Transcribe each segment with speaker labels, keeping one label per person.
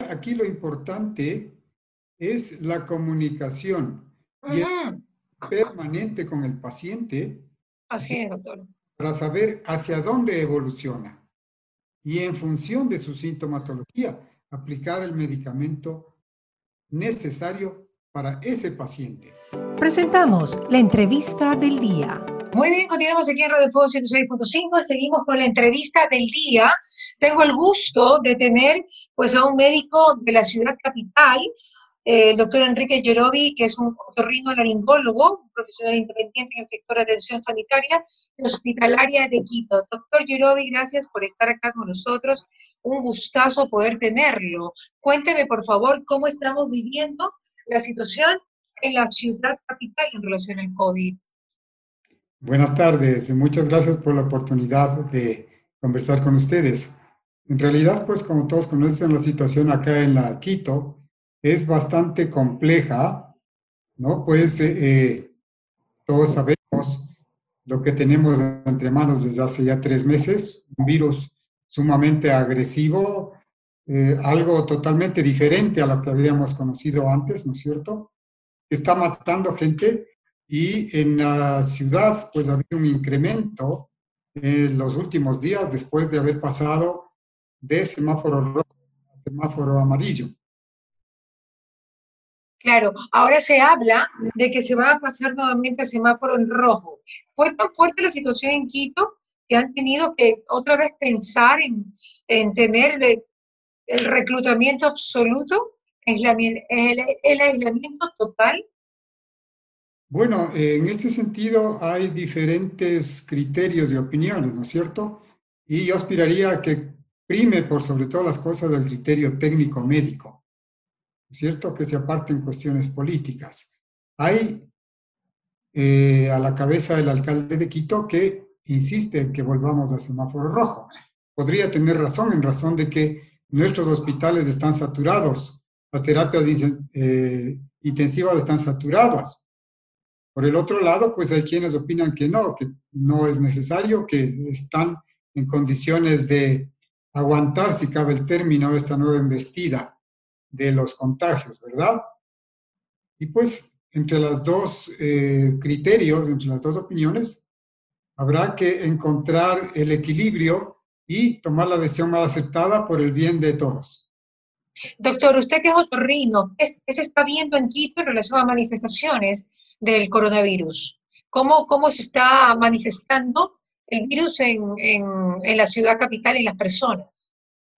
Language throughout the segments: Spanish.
Speaker 1: aquí lo importante es la comunicación y el permanente con el paciente.
Speaker 2: Así es, doctor.
Speaker 1: Para saber hacia dónde evoluciona y en función de su sintomatología, aplicar el medicamento necesario para ese paciente.
Speaker 3: Presentamos la entrevista del día.
Speaker 2: Muy bien, continuamos aquí en Radio Fuego 106.5. Seguimos con la entrevista del día. Tengo el gusto de tener pues a un médico de la ciudad capital, el doctor Enrique Yerovi, que es un otorrinolaringólogo, un profesional independiente en el sector de atención sanitaria y hospitalaria de Quito. Doctor Yerovi, gracias por estar acá con nosotros. Un gustazo poder tenerlo. Cuénteme, por favor, cómo estamos viviendo la situación en la ciudad capital en relación al COVID.
Speaker 1: Buenas tardes, muchas gracias por la oportunidad de conversar con ustedes. En realidad, pues como todos conocen, la situación acá en la Quito es bastante compleja, ¿no? Pues todos sabemos lo que tenemos entre manos desde hace ya 3 meses, un virus sumamente agresivo, algo totalmente diferente a lo que habíamos conocido antes, ¿no es cierto? Está matando gente. Y en la ciudad, pues ha habido un incremento en los últimos días después de haber pasado de semáforo rojo a semáforo amarillo.
Speaker 2: Claro, ahora se habla de que se va a pasar nuevamente a semáforo en rojo. ¿Fue tan fuerte la situación en Quito que han tenido que otra vez pensar en tener el reclutamiento absoluto, el aislamiento total?
Speaker 1: Bueno, en este sentido hay diferentes criterios y opiniones, ¿no es cierto? Y yo aspiraría a que prime por sobre todas las cosas del criterio técnico médico, ¿no es cierto? Que se aparten cuestiones políticas. Hay a la cabeza el alcalde de Quito que insiste en que volvamos a semáforo rojo. Podría tener razón en razón de que nuestros hospitales están saturados, las terapias intensivas están saturadas. Por el otro lado, pues hay quienes opinan que no es necesario, que están en condiciones de aguantar, si cabe el término, esta nueva embestida de los contagios, ¿verdad? Y pues entre los dos criterios, entre las dos opiniones, habrá que encontrar el equilibrio y tomar la decisión más aceptada por el bien de todos.
Speaker 2: Doctor, usted que es otorrino, ¿qué se está viendo en Quito en relación a manifestaciones del coronavirus? ¿Cómo se está manifestando el virus en la ciudad capital y las personas?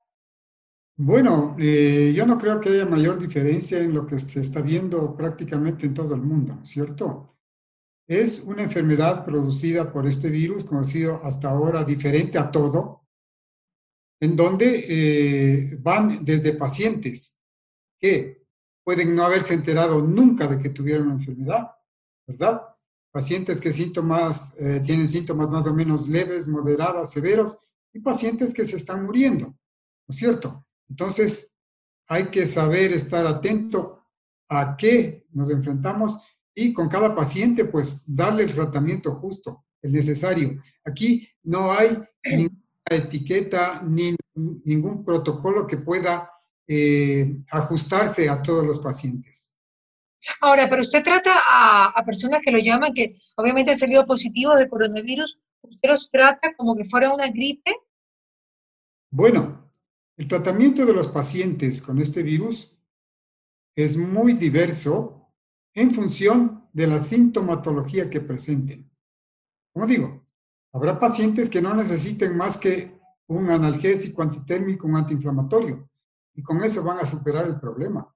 Speaker 1: Bueno, yo no creo que haya mayor diferencia en lo que se está viendo prácticamente en todo el mundo, ¿no es cierto? Es una enfermedad producida por este virus, conocido hasta ahora diferente a todo, en donde van desde pacientes que pueden no haberse enterado nunca de que tuvieron una enfermedad, ¿verdad? Pacientes que tienen síntomas más o menos leves, moderados, severos, y pacientes que se están muriendo, ¿no es cierto? Entonces, hay que saber estar atento a qué nos enfrentamos y con cada paciente, pues, darle el tratamiento justo, el necesario. Aquí no hay ninguna etiqueta ni ningún protocolo que pueda ajustarse a todos los pacientes.
Speaker 2: Ahora, pero usted trata a personas que lo llaman, que obviamente han salido positivos de coronavirus, ¿usted los trata como que fuera una gripe?
Speaker 1: Bueno, el tratamiento de los pacientes con este virus es muy diverso en función de la sintomatología que presenten. Como digo, habrá pacientes que no necesiten más que un analgésico antitérmico, un antiinflamatorio, y con eso van a superar el problema.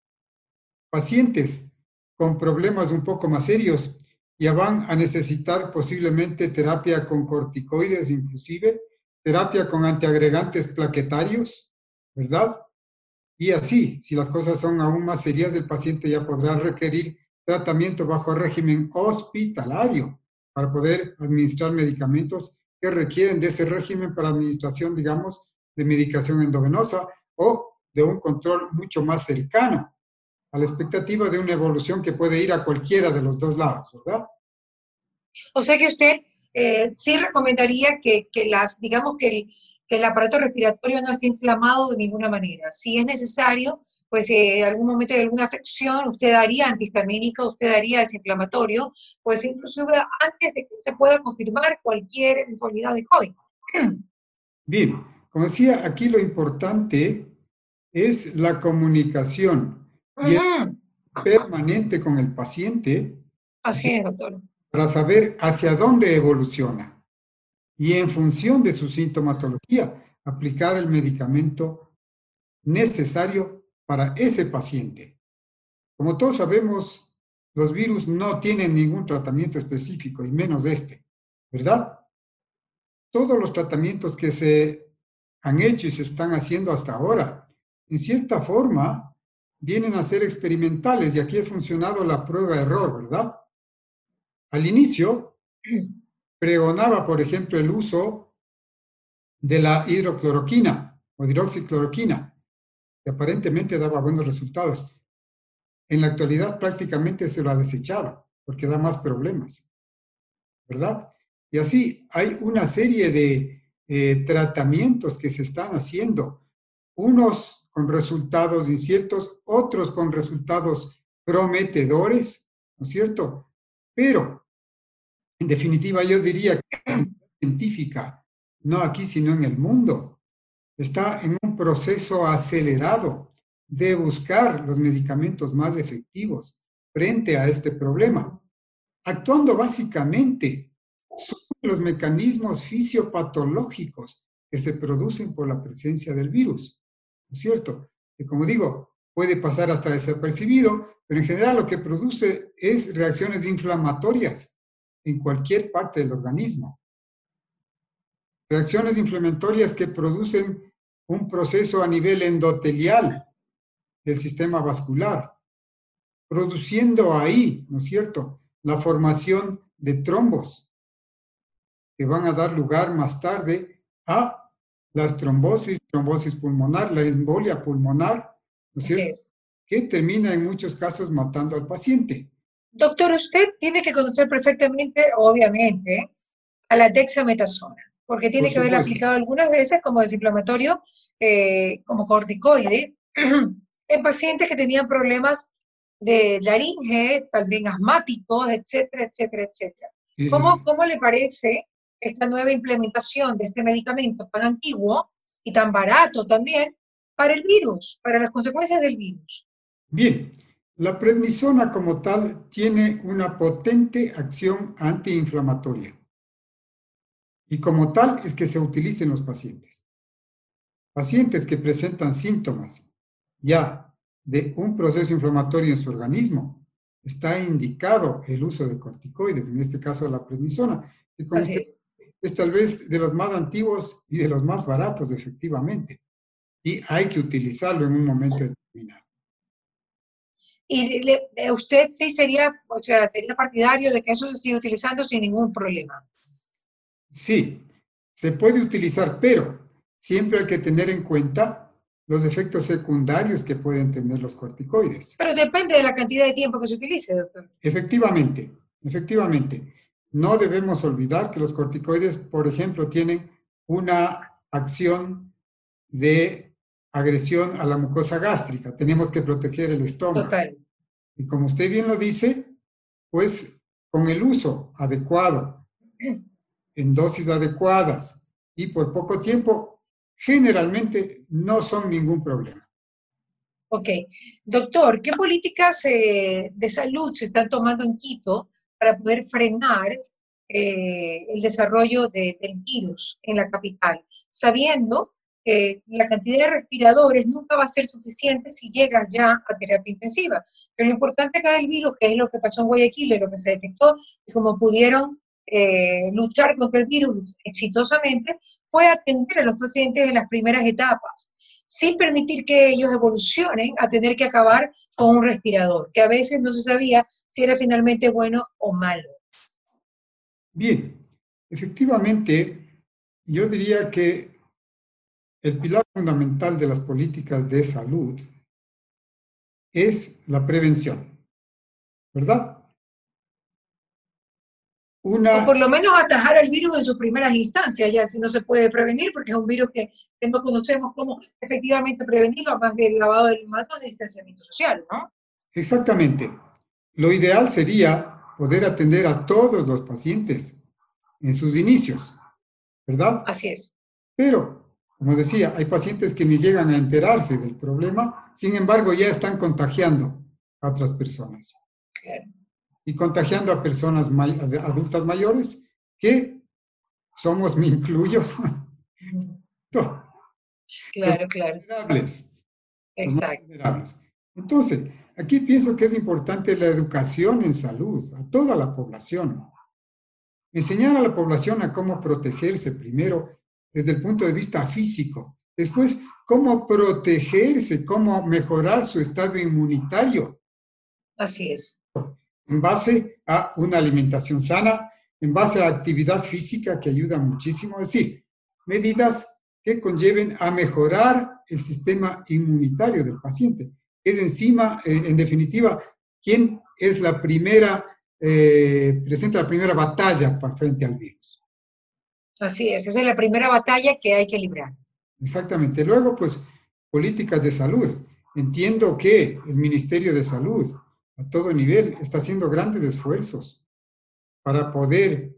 Speaker 1: Pacientes con problemas un poco más serios ya van a necesitar posiblemente terapia con corticoides, inclusive terapia con antiagregantes plaquetarios, ¿verdad? Y así, si las cosas son aún más serias, el paciente ya podrá requerir tratamiento bajo régimen hospitalario para poder administrar medicamentos que requieren de ese régimen para administración, digamos, de medicación endovenosa o de un control mucho más cercano a la expectativa de una evolución que puede ir a cualquiera de los dos lados, ¿verdad?
Speaker 2: O sea que usted sí recomendaría que que el aparato respiratorio no esté inflamado de ninguna manera. Si es necesario, pues en algún momento de alguna afección, usted daría antihistamínico, usted daría desinflamatorio, pues inclusive antes de que se pueda confirmar cualquier eventualidad de COVID.
Speaker 1: Bien, como decía, aquí lo importante es la comunicación y el permanente con el paciente,
Speaker 2: Así es, doctor.
Speaker 1: para saber hacia dónde evoluciona y en función de su sintomatología, aplicar el medicamento necesario para ese paciente. Como todos sabemos, los virus no tienen ningún tratamiento específico, y menos este, ¿verdad? Todos los tratamientos que se han hecho y se están haciendo hasta ahora, en cierta forma, vienen a ser experimentales y aquí ha funcionado la prueba-error, ¿verdad? Al inicio, pregonaba, por ejemplo, el uso de la hidrocloroquina o hidroxicloroquina, que aparentemente daba buenos resultados. En la actualidad prácticamente se lo ha desechado porque da más problemas, ¿verdad? Y así hay una serie de tratamientos que se están haciendo, unos con resultados inciertos, otros con resultados prometedores, ¿no es cierto? Pero, en definitiva, yo diría que la comunidad científica, no aquí, sino en el mundo, está en un proceso acelerado de buscar los medicamentos más efectivos frente a este problema, actuando básicamente sobre los mecanismos fisiopatológicos que se producen por la presencia del virus, ¿no es cierto? Que como digo, puede pasar hasta desapercibido, pero en general lo que produce es reacciones inflamatorias en cualquier parte del organismo. Reacciones inflamatorias que producen un proceso a nivel endotelial del sistema vascular, produciendo ahí, ¿no es cierto?, la formación de trombos que van a dar lugar más tarde a las trombosis, trombosis pulmonar, la embolia pulmonar, ¿no es
Speaker 2: Así
Speaker 1: cierto?,
Speaker 2: es.
Speaker 1: que termina en muchos casos matando al paciente.
Speaker 2: Doctor, usted tiene que conocer perfectamente, obviamente, a la dexametasona, porque
Speaker 1: Por
Speaker 2: tiene que haberla
Speaker 1: supuesto.
Speaker 2: aplicado algunas veces como desinflamatorio, como corticoide, en pacientes que tenían problemas de laringe, también asmáticos, etcétera, etcétera, etcétera.
Speaker 1: Sí, sí,
Speaker 2: ¿Cómo,
Speaker 1: sí.
Speaker 2: cómo le parece esta nueva implementación de este medicamento tan antiguo y tan barato también para el virus, para las consecuencias del virus?
Speaker 1: Bien, la prednisona como tal tiene una potente acción antiinflamatoria y como tal es que se utiliza en los pacientes. Pacientes que presentan síntomas ya de un proceso inflamatorio en su organismo, está indicado el uso de corticoides, en este caso la prednisona, que como
Speaker 2: Así
Speaker 1: usted
Speaker 2: es.
Speaker 1: es tal vez de los más antiguos y de los más baratos, efectivamente, y hay que utilizarlo en un momento determinado.
Speaker 2: Y usted sí sería, o sea, sería partidario de que eso se siga utilizando sin ningún problema.
Speaker 1: Sí, se puede utilizar, pero siempre hay que tener en cuenta los efectos secundarios que pueden tener los corticoides.
Speaker 2: Pero depende de la cantidad de tiempo que se utilice, doctor.
Speaker 1: Efectivamente, efectivamente. No debemos olvidar que los corticoides, por ejemplo, tienen una acción de agresión a la mucosa gástrica. Tenemos que proteger el estómago.
Speaker 2: Total.
Speaker 1: Y como usted bien lo dice, pues con el uso adecuado, en dosis adecuadas y por poco tiempo, generalmente no son ningún problema.
Speaker 2: Ok. Doctor, ¿qué políticas de salud se están tomando en Quito para poder frenar el desarrollo del virus en la capital? Sabiendo que la cantidad de respiradores nunca va a ser suficiente si llegas ya a terapia intensiva. Pero lo importante acá del virus, que es lo que pasó en Guayaquil, y lo que se detectó, y como pudieron luchar contra el virus exitosamente, fue atender a los pacientes en las primeras etapas sin permitir que ellos evolucionen a tener que acabar con un respirador, que a veces no se sabía si era finalmente bueno o malo.
Speaker 1: Bien, efectivamente, yo diría que el pilar fundamental de las políticas de salud es la prevención, ¿verdad?
Speaker 2: O por lo menos atajar al virus en sus primeras instancias, ya si no se puede prevenir, porque es un virus que no conocemos cómo efectivamente prevenirlo, más del lavado de manos y distanciamiento social, ¿no?
Speaker 1: Exactamente. Lo ideal sería poder atender a todos los pacientes en sus inicios, ¿verdad?
Speaker 2: Así es.
Speaker 1: Pero, como decía, hay pacientes que ni llegan a enterarse del problema, sin embargo ya están contagiando a otras personas.
Speaker 2: Claro.
Speaker 1: Y contagiando a personas adultas mayores, que somos, me incluyo, no,
Speaker 2: Claro, claro.
Speaker 1: vulnerables, los más
Speaker 2: Exacto.
Speaker 1: vulnerables. Entonces, aquí pienso que es importante la educación en salud a toda la población. Enseñar a la población a cómo protegerse primero desde el punto de vista físico, después cómo protegerse, cómo mejorar su estado inmunitario.
Speaker 2: Así es.
Speaker 1: En base a una alimentación sana, en base a actividad física que ayuda muchísimo, es decir, medidas que conlleven a mejorar el sistema inmunitario del paciente. Es encima, en definitiva, quién es la primera, presenta la primera batalla frente al virus.
Speaker 2: Así es, esa es la primera batalla que hay que librar.
Speaker 1: Exactamente. Luego, pues, políticas de salud. Entiendo que el Ministerio de Salud, a todo nivel, está haciendo grandes esfuerzos para poder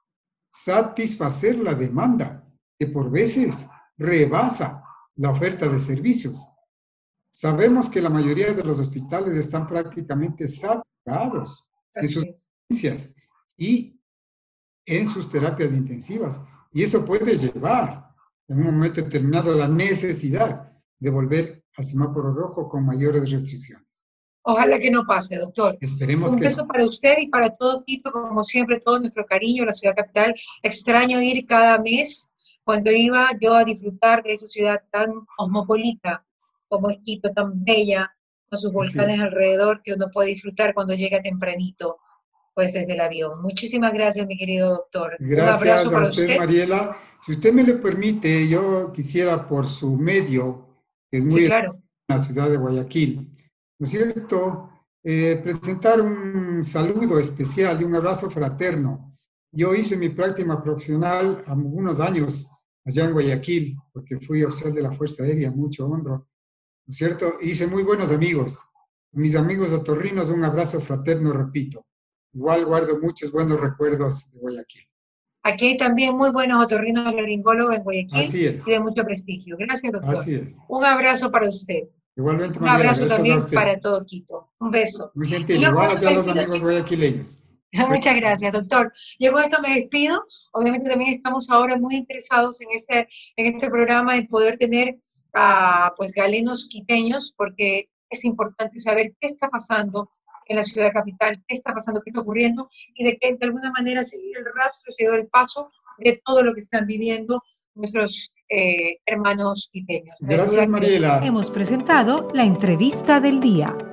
Speaker 1: satisfacer la demanda, que por veces rebasa la oferta de servicios. Sabemos que la mayoría de los hospitales están prácticamente saturados en sus urgencias y en sus terapias intensivas. Y eso puede llevar en un momento determinado a la necesidad de volver al semáforo rojo con mayores restricciones.
Speaker 2: Ojalá que no pase, doctor.
Speaker 1: Esperemos
Speaker 2: Un
Speaker 1: que
Speaker 2: beso
Speaker 1: no.
Speaker 2: para usted y para todo Quito, como siempre, todo nuestro cariño, la ciudad capital. Extraño ir cada mes cuando iba yo a disfrutar de esa ciudad tan cosmopolita como es Quito, tan bella, con sus volcanes alrededor, que uno puede disfrutar cuando llega tempranito, pues desde el avión. Muchísimas gracias, mi querido doctor.
Speaker 1: Gracias
Speaker 2: un abrazo
Speaker 1: a
Speaker 2: para
Speaker 1: usted, Mariela. Si usted me lo permite, yo quisiera por su medio, que es muy
Speaker 2: claro,
Speaker 1: en la ciudad de Guayaquil, ¿no es cierto?, presentar un saludo especial y un abrazo fraterno. Yo hice mi práctica profesional hace algunos años allá en Guayaquil, porque fui oficial de la Fuerza Aérea, mucho honro, ¿no es cierto? Hice muy buenos amigos. Mis amigos otorrinos, un abrazo fraterno, repito. Igual guardo muchos buenos recuerdos de Guayaquil.
Speaker 2: Aquí hay también muy buenos otorrinolaringólogos en Guayaquil.
Speaker 1: Así es.
Speaker 2: Y de mucho prestigio. Gracias, doctor.
Speaker 1: Así es.
Speaker 2: Un abrazo para usted.
Speaker 1: Igualmente,
Speaker 2: Un
Speaker 1: Mariela,
Speaker 2: abrazo también
Speaker 1: a usted.
Speaker 2: para todo Quito. Un beso.
Speaker 1: Muy gentil.
Speaker 2: Y yo
Speaker 1: Igual
Speaker 2: con
Speaker 1: hacia
Speaker 2: esto
Speaker 1: los
Speaker 2: me despido,
Speaker 1: amigos
Speaker 2: chicos.
Speaker 1: guayaquileños.
Speaker 2: Muchas gracias, doctor. Yo con esto me despido. Obviamente también estamos ahora muy interesados en este programa en poder tener a pues galenos quiteños, porque es importante saber qué está pasando en la ciudad capital, qué está pasando, qué está ocurriendo, y de que de alguna manera seguir el rastro, seguir el paso de todo lo que están viviendo nuestros hermanos quiteños.
Speaker 1: Gracias, Mariela.
Speaker 3: Hemos presentado la entrevista del día.